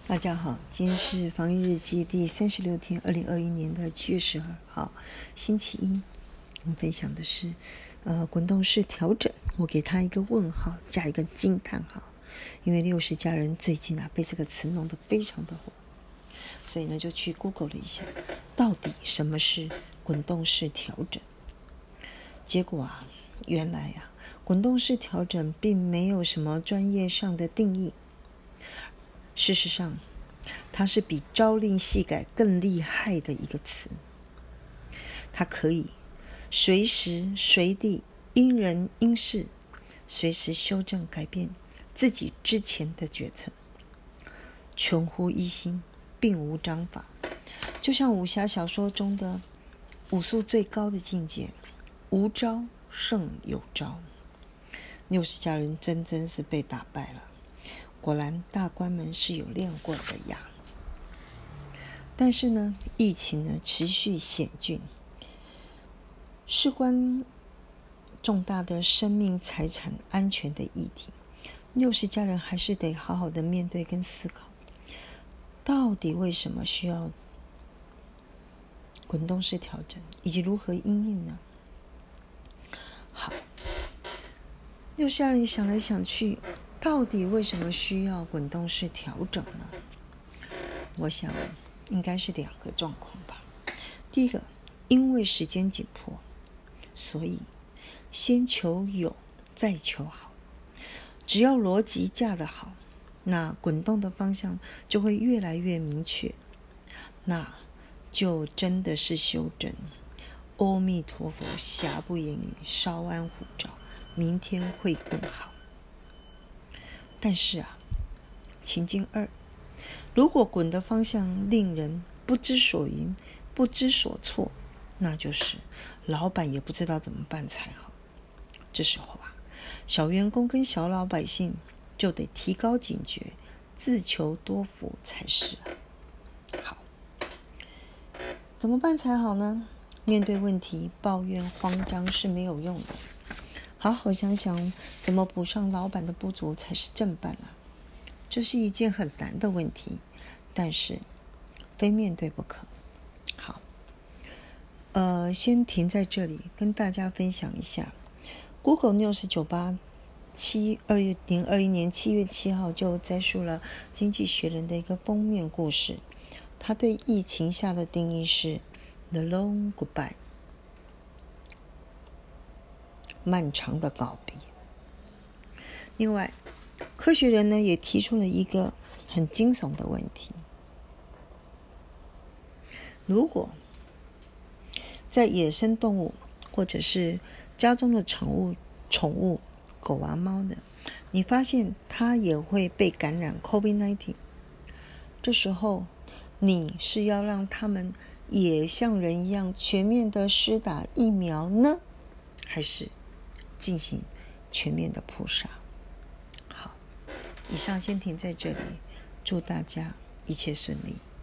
大家好，今天是防疫日记第36天，2021年的7月12号，星期一。我们分享的是，滚动式调整，我给他一个问号，加一个惊叹号，因为60家人最近被这个词弄得非常的火，所以呢就去 Google 了一下，到底什么是滚动式调整？结果原来滚动式调整并没有什么专业上的定义。事实上，它是比朝令夕改更厉害的一个词。它可以随时随地因人因事，随时修正改变自己之前的决策，全乎一心，并无章法。就像武侠小说中的武术最高的境界，无招胜有招。60家人真是被打败了。果然大官们是有练过的呀。但是呢，疫情呢持续险峻，事关重大的生命财产安全的议题，60家人还是得好好的面对跟思考，到底为什么需要滚动式调整，以及如何因应呢？好，60家人想来想去，到底为什么需要滚动式调整呢？我想应该是2个状况吧。第一个，因为时间紧迫，所以先求有再求好。只要逻辑架得好，那滚动的方向就会越来越明确，那就真的是修正。阿弥陀佛，瑕不掩瑜，稍安勿躁，明天会更好。但是情境2，如果滚的方向令人不知所云、不知所措，那就是老板也不知道怎么办才好。这时候小员工跟小老百姓就得提高警觉，自求多福才是。好，怎么办才好呢？面对问题抱怨慌张是没有用的，好好想想怎么补上老板的不足才是正办这是一件很难的问题，但是非面对不可。好，先停在这里，跟大家分享一下 Google News 98 2021年7月7号就摘述了《经济学人》的一个封面故事，他对疫情下的定义是 The Long Goodbye， 漫长的告别。另外，科学人呢也提出了一个很惊悚的问题：如果在野生动物或者是家中的宠物狗猫的，你发现它也会被感染 COVID-19， 这时候你是要让它们也像人一样全面的施打疫苗呢，还是进行全面的扑杀？好，以上先停在这里，祝大家一切顺利。